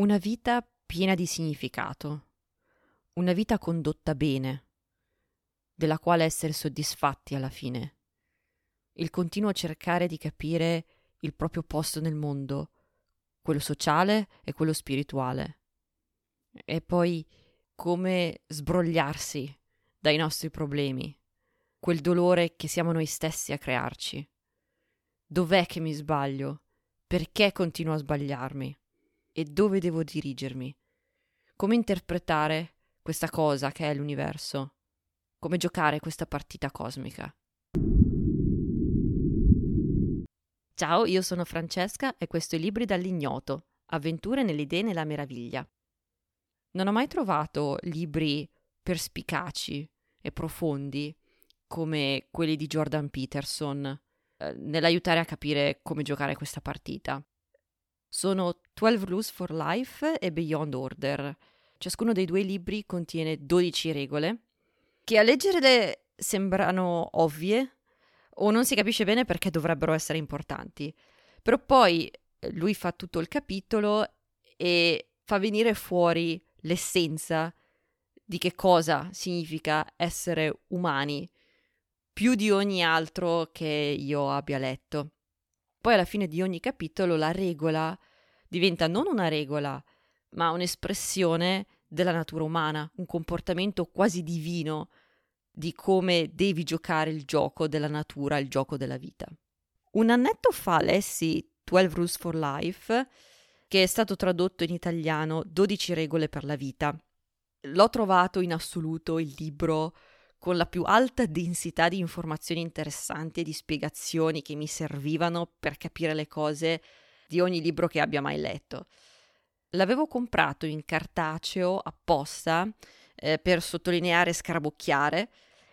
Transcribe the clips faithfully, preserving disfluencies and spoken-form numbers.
Una vita piena di significato, una vita condotta bene, della quale essere soddisfatti alla fine, il continuo cercare di capire il proprio posto nel mondo, quello sociale e quello spirituale, e poi come sbrogliarsi dai nostri problemi, quel dolore che siamo noi stessi a crearci. Dov'è che mi sbaglio? Perché continuo a sbagliarmi? E dove devo dirigermi? Come interpretare questa cosa che è l'universo? Come giocare questa partita cosmica? Ciao, io sono Francesca e questo è Libri dall'ignoto, avventure nelle idee e nella meraviglia. Non ho mai trovato libri perspicaci e profondi come quelli di Jordan Peterson eh, nell'aiutare a capire come giocare questa partita. Sono twelve Rules for Life e Beyond Order. Ciascuno dei due libri contiene dodici regole che a leggerle sembrano ovvie o non si capisce bene perché dovrebbero essere importanti. Però poi lui fa tutto il capitolo e fa venire fuori l'essenza di che cosa significa essere umani, più di ogni altro che io abbia letto. Poi alla fine di ogni capitolo la regola diventa non una regola, ma un'espressione della natura umana, un comportamento quasi divino di come devi giocare il gioco della natura, il gioco della vita. Un annetto fa lessi twelve Rules for Life, che è stato tradotto in italiano dodici regole per la vita. L'ho trovato in assoluto il libro con la più alta densità di informazioni interessanti e di spiegazioni che mi servivano per capire le cose di ogni libro che abbia mai letto. L'avevo comprato in cartaceo apposta eh, per sottolineare e scarabocchiare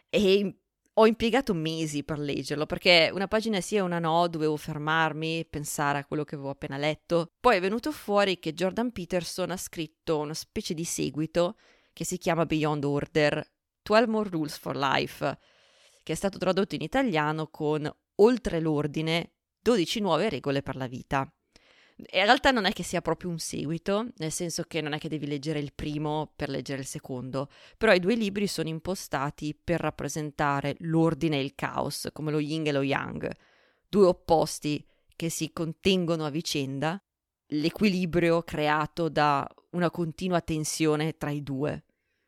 e ho impiegato mesi per leggerlo, perché una pagina sì e una no, dovevo fermarmi, pensare a quello che avevo appena letto. Poi è venuto fuori che Jordan Peterson ha scritto una specie di seguito che si chiama Beyond Order, twelve More Rules for Life, che è stato tradotto in italiano con Oltre l'ordine, dodici nuove regole per la vita. In realtà non è che sia proprio un seguito, nel senso che non è che devi leggere il primo per leggere il secondo, però i due libri sono impostati per rappresentare l'ordine e il caos, come lo yin e lo yang, due opposti che si contengono a vicenda, l'equilibrio creato da una continua tensione tra i due.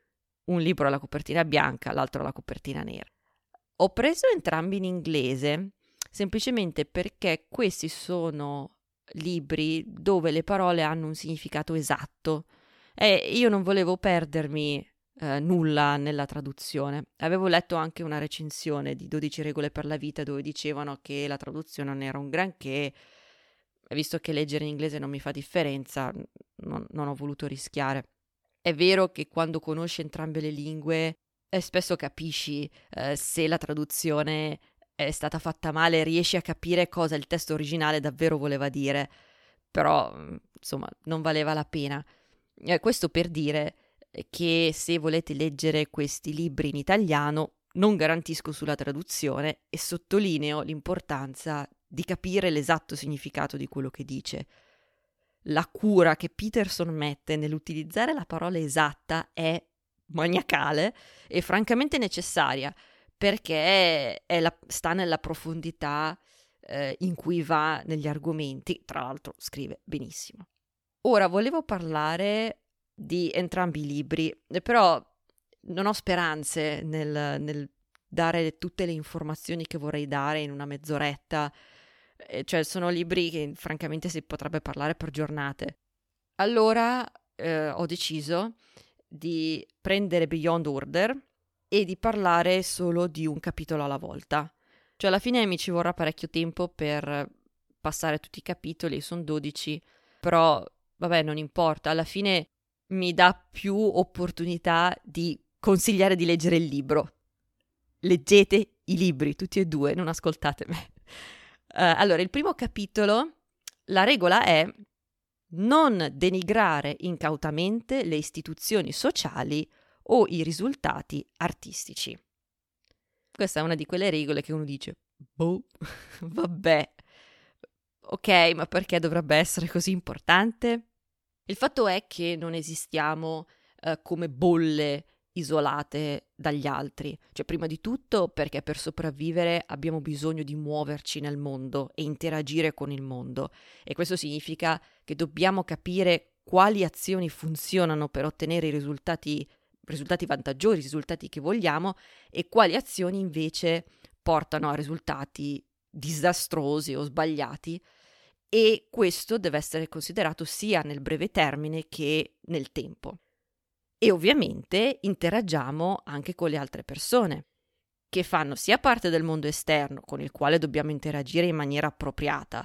Un libro alla copertina bianca, l'altro alla copertina nera. Ho preso entrambi in inglese, semplicemente perché questi sono libri dove le parole hanno un significato esatto e io non volevo perdermi eh, nulla nella traduzione. Avevo letto anche una recensione di dodici regole per la vita dove dicevano che la traduzione non era un granché, visto che leggere in inglese non mi fa differenza, non, non ho voluto rischiare. È vero che quando conosci entrambe le lingue eh, spesso capisci eh, se la traduzione è stata fatta male, riesci a capire cosa il testo originale davvero voleva dire, però insomma non valeva la pena. Eh, questo per dire che se volete leggere questi libri in italiano non garantisco sulla traduzione e sottolineo l'importanza di capire l'esatto significato di quello che dice. La cura che Peterson mette nell'utilizzare la parola esatta è maniacale e francamente necessaria, perché è la, sta nella profondità eh, in cui va negli argomenti, tra l'altro scrive benissimo. Ora volevo parlare di entrambi i libri, però non ho speranze nel, nel dare tutte le informazioni che vorrei dare in una mezz'oretta, eh, cioè sono libri che francamente si potrebbe parlare per giornate. Allora eh, ho deciso di prendere Beyond Order e di parlare solo di un capitolo alla volta. Cioè alla fine mi ci vorrà parecchio tempo per passare tutti i capitoli, sono dodici, però vabbè non importa, alla fine mi dà più opportunità di consigliare di leggere il libro. Leggete i libri, tutti e due, non ascoltate me. Uh, allora, il primo capitolo, la regola è non denigrare incautamente le istituzioni sociali o i risultati artistici. Questa è una di quelle regole che uno dice, boh, vabbè, ok, ma perché dovrebbe essere così importante? Il fatto è che non esistiamo eh, come bolle isolate dagli altri, cioè prima di tutto perché per sopravvivere abbiamo bisogno di muoverci nel mondo e interagire con il mondo, e questo significa che dobbiamo capire quali azioni funzionano per ottenere i risultati, risultati vantaggiosi, i risultati che vogliamo, e quali azioni invece portano a risultati disastrosi o sbagliati, e questo deve essere considerato sia nel breve termine che nel tempo. E ovviamente interagiamo anche con le altre persone, che fanno sia parte del mondo esterno, con il quale dobbiamo interagire in maniera appropriata,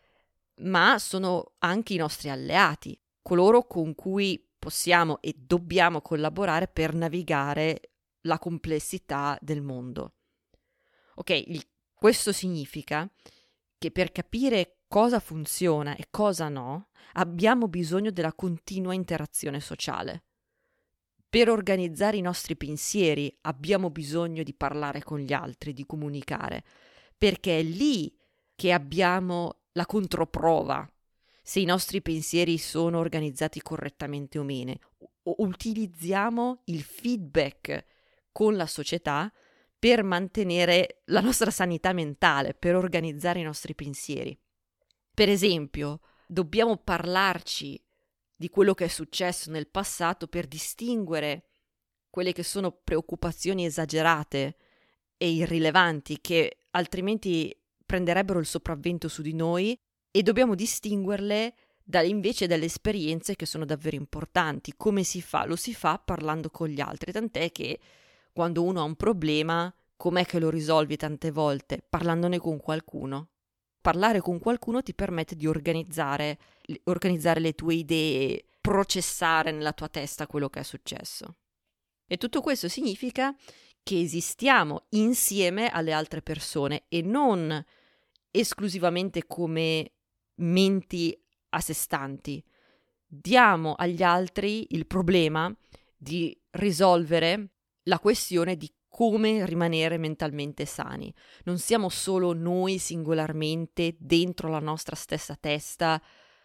ma sono anche i nostri alleati, coloro con cui possiamo e dobbiamo collaborare per navigare la complessità del mondo. Ok, il, questo significa che per capire cosa funziona e cosa no, abbiamo bisogno della continua interazione sociale. Per organizzare i nostri pensieri abbiamo bisogno di parlare con gli altri, di comunicare, perché è lì che abbiamo la controprova se i nostri pensieri sono organizzati correttamente o meno. O utilizziamo il feedback con la società per mantenere la nostra sanità mentale, per organizzare i nostri pensieri. Per esempio, dobbiamo parlarci di quello che è successo nel passato per distinguere quelle che sono preoccupazioni esagerate e irrilevanti che altrimenti prenderebbero il sopravvento su di noi, e dobbiamo distinguerle da, invece dalle esperienze che sono davvero importanti. Come si fa? Lo si fa parlando con gli altri, tant'è che quando uno ha un problema, com'è che lo risolvi tante volte? Parlandone con qualcuno. Parlare con qualcuno ti permette di organizzare, organizzare le tue idee, processare nella tua testa quello che è successo. E tutto questo significa che esistiamo insieme alle altre persone e non esclusivamente come menti a sé stanti. Diamo agli altri il problema di risolvere la questione di come rimanere mentalmente sani. Non siamo solo noi singolarmente dentro la nostra stessa testa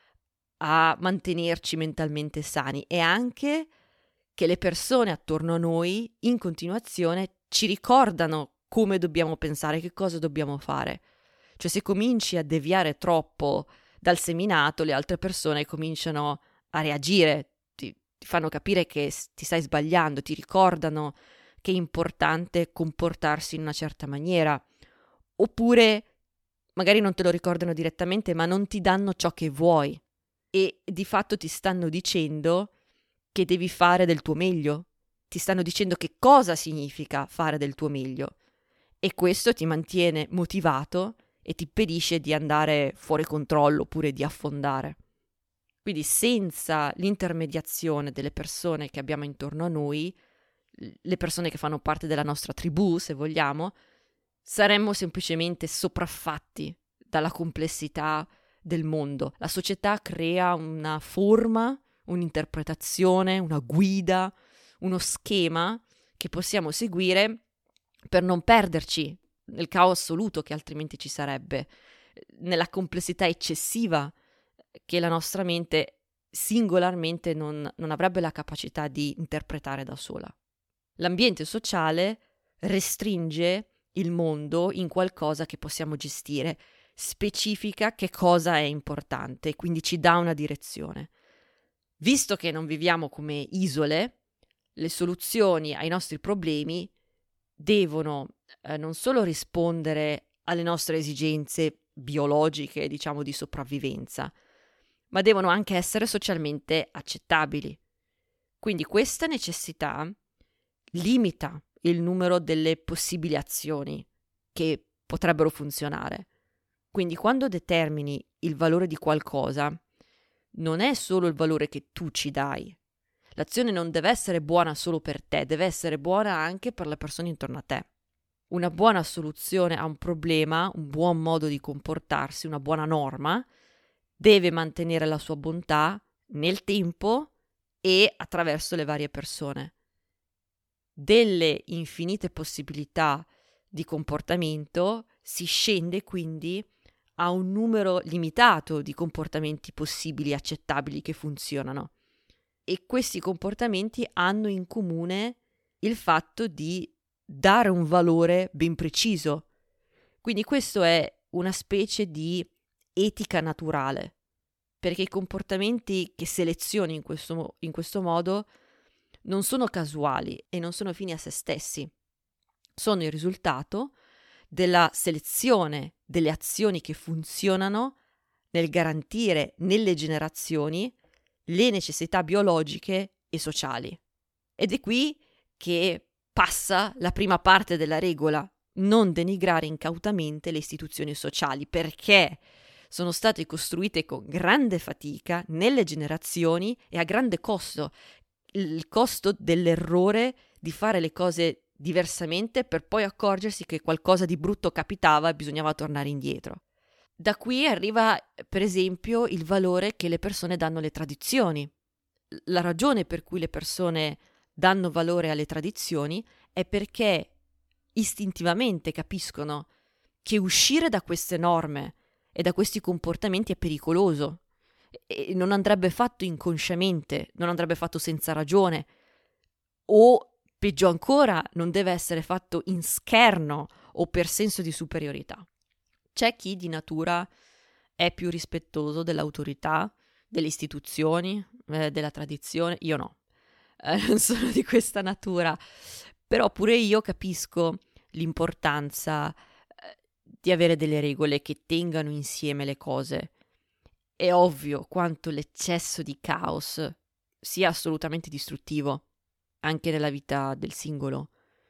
a mantenerci mentalmente sani, è anche che le persone attorno a noi in continuazione ci ricordano come dobbiamo pensare, che cosa dobbiamo fare. Cioè, se cominci a deviare troppo dal seminato, le altre persone cominciano a reagire, ti, ti fanno capire che ti stai sbagliando, ti ricordano che è importante comportarsi in una certa maniera, oppure magari non te lo ricordano direttamente, ma non ti danno ciò che vuoi e di fatto ti stanno dicendo che devi fare del tuo meglio, ti stanno dicendo che cosa significa fare del tuo meglio, e questo ti mantiene motivato e ti impedisce di andare fuori controllo oppure di affondare. Quindi senza l'intermediazione delle persone che abbiamo intorno a noi, le persone che fanno parte della nostra tribù, se vogliamo, saremmo semplicemente sopraffatti dalla complessità del mondo. La società crea una forma, un'interpretazione, una guida, uno schema che possiamo seguire per non perderci nel caos assoluto che altrimenti ci sarebbe, nella complessità eccessiva che la nostra mente singolarmente non, non avrebbe la capacità di interpretare da sola. L'ambiente sociale restringe il mondo in qualcosa che possiamo gestire, specifica che cosa è importante, quindi ci dà una direzione. Visto che non viviamo come isole, le soluzioni ai nostri problemi devono eh, non solo rispondere alle nostre esigenze biologiche, diciamo di sopravvivenza, ma devono anche essere socialmente accettabili. Quindi questa necessità limita il numero delle possibili azioni che potrebbero funzionare. Quindi quando determini il valore di qualcosa, non è solo il valore che tu ci dai. L'azione non deve essere buona solo per te, deve essere buona anche per le persone intorno a te. Una buona soluzione a un problema, un buon modo di comportarsi, una buona norma, deve mantenere la sua bontà nel tempo e attraverso le varie persone. Delle infinite possibilità di comportamento si scende quindi ha un numero limitato di comportamenti possibili e accettabili che funzionano. E questi comportamenti hanno in comune il fatto di dare un valore ben preciso. Quindi questo è una specie di etica naturale, perché i comportamenti che selezioni in questo, in questo modo non sono casuali e non sono fini a se stessi. Sono il risultato della selezione delle azioni che funzionano nel garantire nelle generazioni le necessità biologiche e sociali. Ed è qui che passa la prima parte della regola: non denigrare incautamente le istituzioni sociali, perché sono state costruite con grande fatica nelle generazioni e a grande costo. Il costo dell'errore di fare le cose diversamente per poi accorgersi che qualcosa di brutto capitava e bisognava tornare indietro. Da qui arriva, per esempio, il valore che le persone danno alle tradizioni. La ragione per cui le persone danno valore alle tradizioni è perché istintivamente capiscono che uscire da queste norme e da questi comportamenti è pericoloso e non andrebbe fatto inconsciamente, non andrebbe fatto senza ragione, o peggio ancora non deve essere fatto in scherno o per senso di superiorità. C'è chi di natura è più rispettoso dell'autorità, delle istituzioni, eh, della tradizione. Io no, eh, non sono di questa natura, però pure io capisco l'importanza eh, di avere delle regole che tengano insieme le cose. È ovvio quanto l'eccesso di caos sia assolutamente distruttivo, anche nella vita del singolo.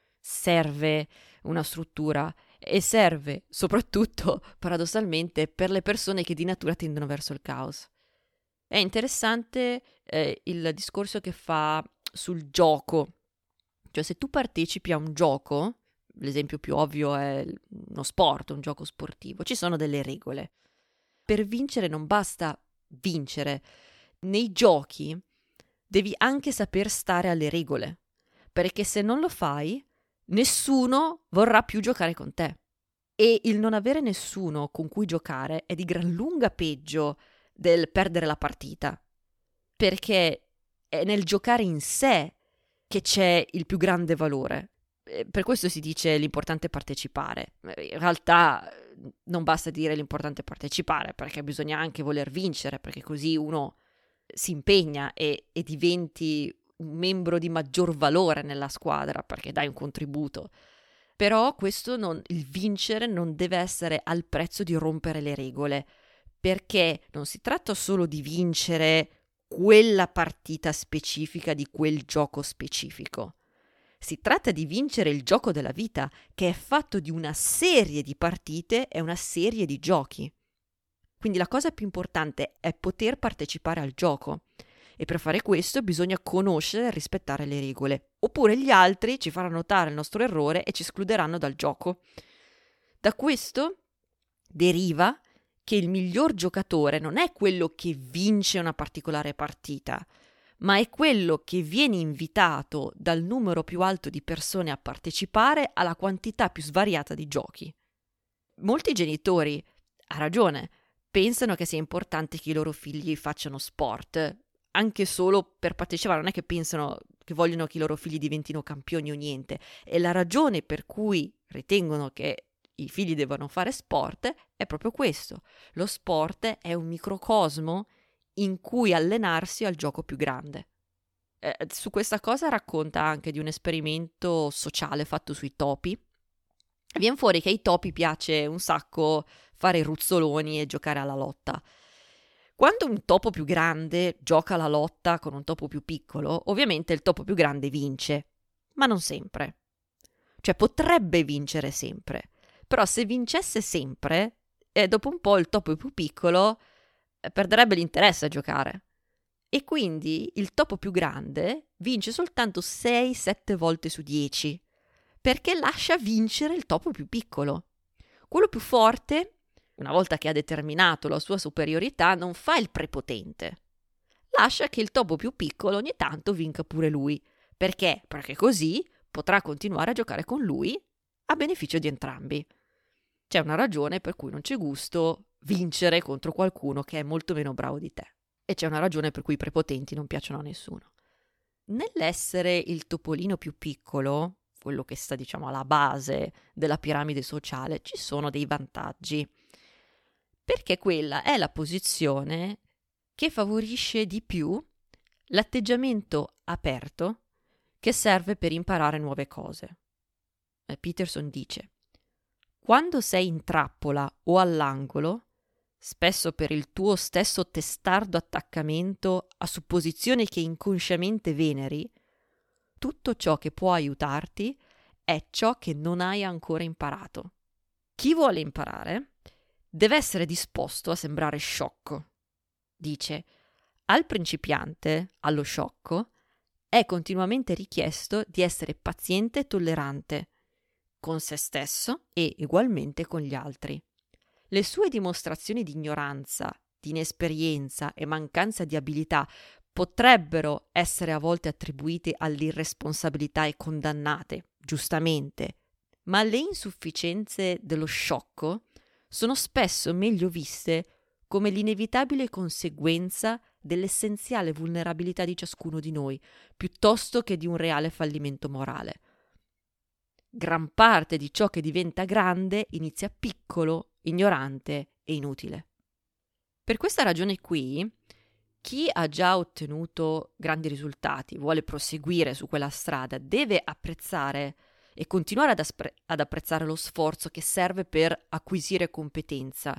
Serve una struttura e serve soprattutto, paradossalmente, per le persone che di natura tendono verso il caos. È interessante eh, il discorso che fa sul gioco. Cioè, se tu partecipi a un gioco, l'esempio più ovvio è uno sport, un gioco sportivo, ci sono delle regole. Per vincere non basta vincere. Nei giochi devi anche saper stare alle regole, perché se non lo fai, nessuno vorrà più giocare con te. E il non avere nessuno con cui giocare è di gran lunga peggio del perdere la partita, perché è nel giocare in sé che c'è il più grande valore. Per questo si dice l'importante è partecipare. In realtà non basta dire l'importante è partecipare, perché bisogna anche voler vincere, perché così uno si impegna e, e diventi un membro di maggior valore nella squadra, perché dai un contributo. Però questo non, il vincere non deve essere al prezzo di rompere le regole, perché non si tratta solo di vincere quella partita specifica di quel gioco specifico. Si tratta di vincere il gioco della vita, che è fatto di una serie di partite e una serie di giochi. Quindi la cosa più importante è poter partecipare al gioco. E per fare questo bisogna conoscere e rispettare le regole. Oppure gli altri ci faranno notare il nostro errore e ci escluderanno dal gioco. Da questo deriva che il miglior giocatore non è quello che vince una particolare partita, ma è quello che viene invitato dal numero più alto di persone a partecipare alla quantità più svariata di giochi. Molti genitori, a ragione, pensano che sia importante che i loro figli facciano sport, anche solo per partecipare. Non è che pensano che vogliono che i loro figli diventino campioni o niente. E la ragione per cui ritengono che i figli devono fare sport è proprio questo. Lo sport è un microcosmo in cui allenarsi al gioco più grande. Eh, su questa cosa racconta anche di un esperimento sociale fatto sui topi. Viene fuori che ai topi piace un sacco fare i ruzzoloni e giocare alla lotta. Quando un topo più grande gioca alla lotta con un topo più piccolo, ovviamente il topo più grande vince, ma non sempre. Cioè potrebbe vincere sempre, però se vincesse sempre, eh, dopo un po' il topo più piccolo eh, perderebbe l'interesse a giocare. E quindi il topo più grande vince soltanto sei sette volte su dieci, perché lascia vincere il topo più piccolo. Quello più forte, una volta che ha determinato la sua superiorità, non fa il prepotente. Lascia che il topo più piccolo ogni tanto vinca pure lui. Perché? Perché così potrà continuare a giocare con lui a beneficio di entrambi. C'è una ragione per cui non c'è gusto vincere contro qualcuno che è molto meno bravo di te. E c'è una ragione per cui i prepotenti non piacciono a nessuno. Nell'essere il topolino più piccolo, quello che sta diciamo alla base della piramide sociale, ci sono dei vantaggi, perché quella è la posizione che favorisce di più l'atteggiamento aperto che serve per imparare nuove cose. Peterson dice: quando sei in trappola o all'angolo, spesso per il tuo stesso testardo attaccamento a supposizioni che inconsciamente veneri, tutto ciò che può aiutarti è ciò che non hai ancora imparato. Chi vuole imparare deve essere disposto a sembrare sciocco. Dice: al principiante, allo sciocco, è continuamente richiesto di essere paziente e tollerante con se stesso e ugualmente con gli altri. Le sue dimostrazioni di ignoranza, di inesperienza e mancanza di abilità potrebbero essere a volte attribuite all'irresponsabilità e condannate, giustamente, ma le insufficienze dello sciocco sono spesso meglio viste come l'inevitabile conseguenza dell'essenziale vulnerabilità di ciascuno di noi, piuttosto che di un reale fallimento morale. Gran parte di ciò che diventa grande inizia piccolo, ignorante e inutile. Per questa ragione qui, chi ha già ottenuto grandi risultati, vuole proseguire su quella strada, deve apprezzare e continuare ad, aspre- ad apprezzare lo sforzo che serve per acquisire competenza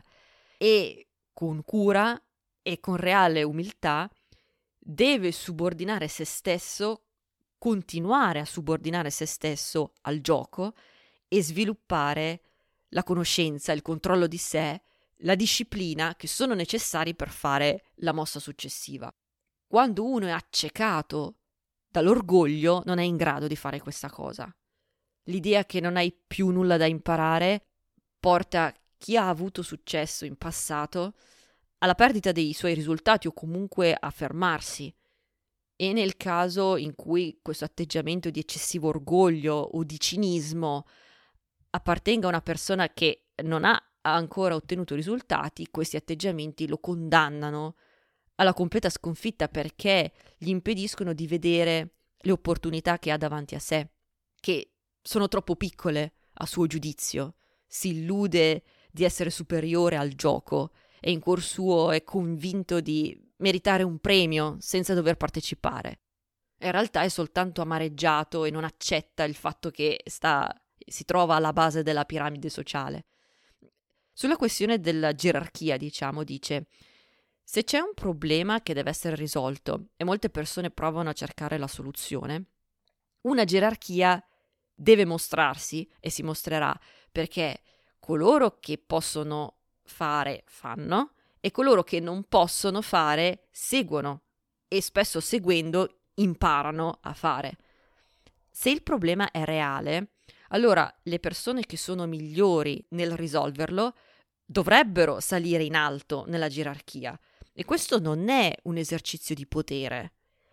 e con cura e con reale umiltà deve subordinare se stesso, continuare a subordinare se stesso al gioco e sviluppare la conoscenza, il controllo di sé, la disciplina che sono necessari per fare la mossa successiva. Quando uno è accecato dall'orgoglio, non è in grado di fare questa cosa. L'idea che non hai più nulla da imparare porta chi ha avuto successo in passato alla perdita dei suoi risultati o comunque a fermarsi. E nel caso in cui questo atteggiamento di eccessivo orgoglio o di cinismo appartenga a una persona che non ha ancora ottenuto risultati, questi atteggiamenti lo condannano alla completa sconfitta perché gli impediscono di vedere le opportunità che ha davanti a sé, che sono troppo piccole a suo giudizio. Si illude di essere superiore al gioco e in cuor suo è convinto di meritare un premio senza dover partecipare. In realtà è soltanto amareggiato e non accetta il fatto che sta, si trova alla base della piramide sociale. Sulla questione della gerarchia, diciamo, dice: se c'è un problema che deve essere risolto e molte persone provano a cercare la soluzione, una gerarchia deve mostrarsi e si mostrerà, perché coloro che possono fare fanno e coloro che non possono fare seguono e spesso seguendo imparano a fare. Se il problema è reale, allora le persone che sono migliori nel risolverlo dovrebbero salire in alto nella gerarchia e questo non è un esercizio di potere,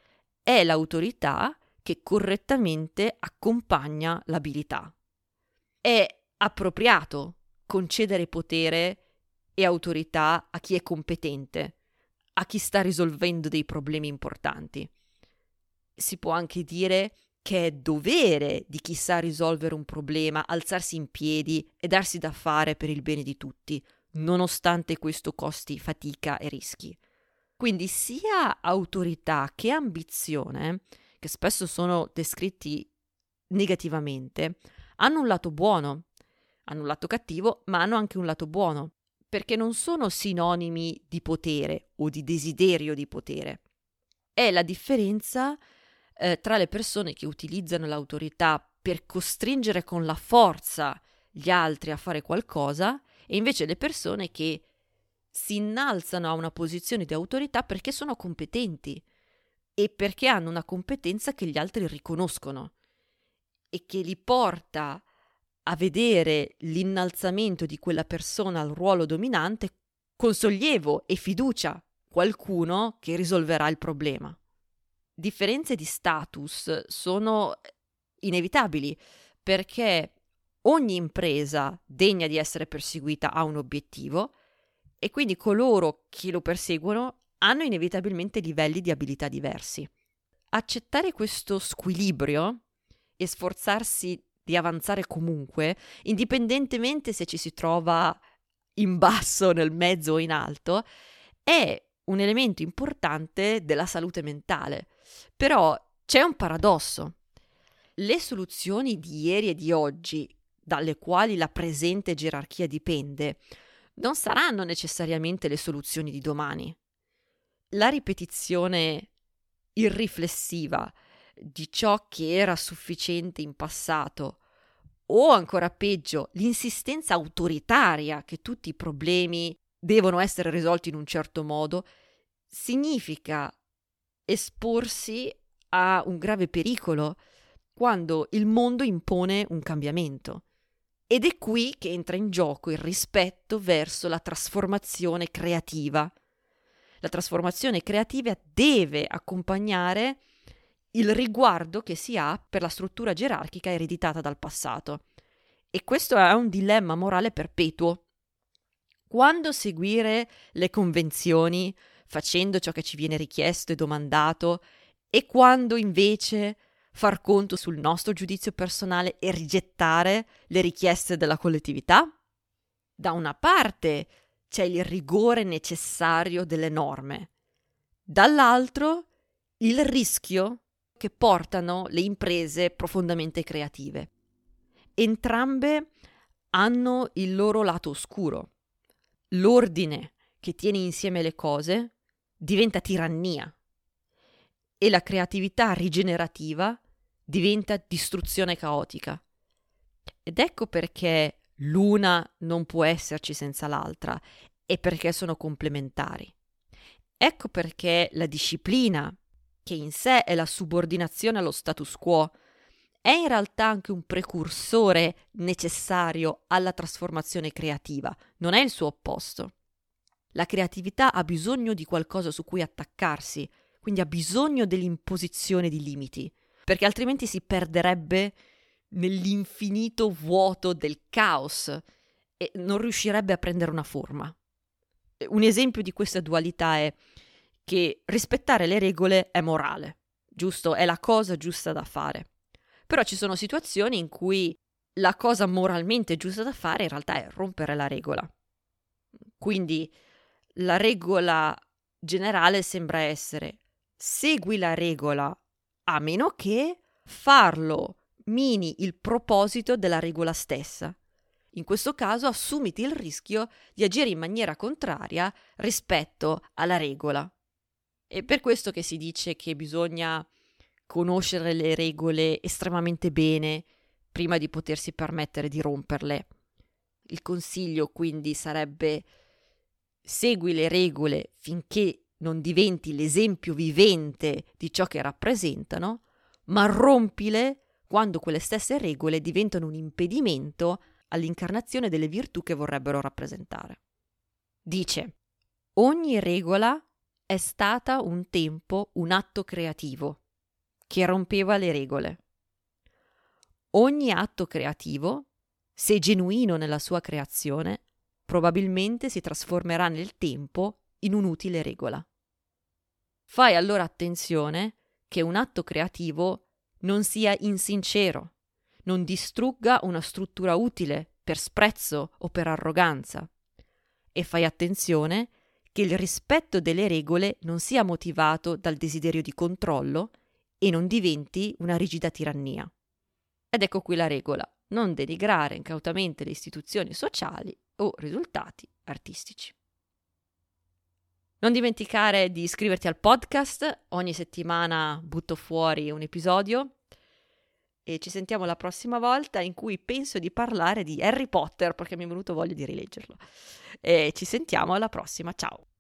è l'autorità che correttamente accompagna l'abilità. È appropriato concedere potere e autorità a chi è competente, a chi sta risolvendo dei problemi importanti. Si può anche dire che è dovere di chi sa risolvere un problema alzarsi in piedi e darsi da fare per il bene di tutti, nonostante questo costi fatica e rischi. Quindi sia autorità che ambizione, che spesso sono descritti negativamente, hanno un lato buono, hanno un lato cattivo, ma hanno anche un lato buono, perché non sono sinonimi di potere o di desiderio di potere. È la differenza eh, tra le persone che utilizzano l'autorità per costringere con la forza gli altri a fare qualcosa e invece le persone che si innalzano a una posizione di autorità perché sono competenti e perché hanno una competenza che gli altri riconoscono e che li porta a vedere l'innalzamento di quella persona al ruolo dominante con sollievo e fiducia, qualcuno che risolverà il problema. Differenze di status sono inevitabili perché ogni impresa degna di essere perseguita ha un obiettivo e quindi coloro che lo perseguono hanno inevitabilmente livelli di abilità diversi. Accettare questo squilibrio e sforzarsi di avanzare comunque, indipendentemente se ci si trova in basso, nel mezzo o in alto, è un elemento importante della salute mentale. Però c'è un paradosso. Le soluzioni di ieri e di oggi, dalle quali la presente gerarchia dipende, non saranno necessariamente le soluzioni di domani. La ripetizione irriflessiva di ciò che era sufficiente in passato, o ancora peggio, l'insistenza autoritaria che tutti i problemi devono essere risolti in un certo modo, significa esporsi a un grave pericolo quando il mondo impone un cambiamento. Ed è qui che entra in gioco il rispetto verso la trasformazione creativa. La trasformazione creativa deve accompagnare il riguardo che si ha per la struttura gerarchica ereditata dal passato. E questo è un dilemma morale perpetuo. Quando seguire le convenzioni, facendo ciò che ci viene richiesto e domandato, e quando invece far conto sul nostro giudizio personale e rigettare le richieste della collettività? Da una parte c'è il rigore necessario delle norme, dall'altro il rischio che portano le imprese profondamente creative. Entrambe hanno il loro lato oscuro. L'ordine che tiene insieme le cose diventa tirannia e la creatività rigenerativa diventa distruzione caotica. Ed ecco perché l'una non può esserci senza l'altra e perché sono complementari. Ecco perché la disciplina, che in sé è la subordinazione allo status quo, è in realtà anche un precursore necessario alla trasformazione creativa, non è il suo opposto. La creatività ha bisogno di qualcosa su cui attaccarsi, quindi ha bisogno dell'imposizione di limiti, perché altrimenti si perderebbe nell'infinito vuoto del caos e non riuscirebbe a prendere una forma. Un esempio di questa dualità è che rispettare le regole è morale, giusto? È la cosa giusta da fare. Però ci sono situazioni in cui la cosa moralmente giusta da fare in realtà è rompere la regola. Quindi la regola generale sembra essere: segui la regola a meno che farlo mini il proposito della regola stessa. In questo caso assumiti il rischio di agire in maniera contraria rispetto alla regola. È per questo che si dice che bisogna conoscere le regole estremamente bene prima di potersi permettere di romperle. Il consiglio quindi sarebbe: segui le regole finché non diventi l'esempio vivente di ciò che rappresentano, ma rompile quando quelle stesse regole diventano un impedimento all'incarnazione delle virtù che vorrebbero rappresentare. Dice: ogni regola è stata un tempo un atto creativo che rompeva le regole. Ogni atto creativo, se genuino nella sua creazione, probabilmente si trasformerà nel tempo in un'utile regola. Fai allora attenzione che un atto creativo non sia insincero, non distrugga una struttura utile per sprezzo o per arroganza. E fai attenzione che il rispetto delle regole non sia motivato dal desiderio di controllo e non diventi una rigida tirannia. Ed ecco qui la regola: non denigrare incautamente le istituzioni sociali o risultati artistici. Non dimenticare di iscriverti al podcast, ogni settimana butto fuori un episodio e ci sentiamo la prossima volta, in cui penso di parlare di Harry Potter perché mi è venuto voglia di rileggerlo. E ci sentiamo alla prossima, ciao!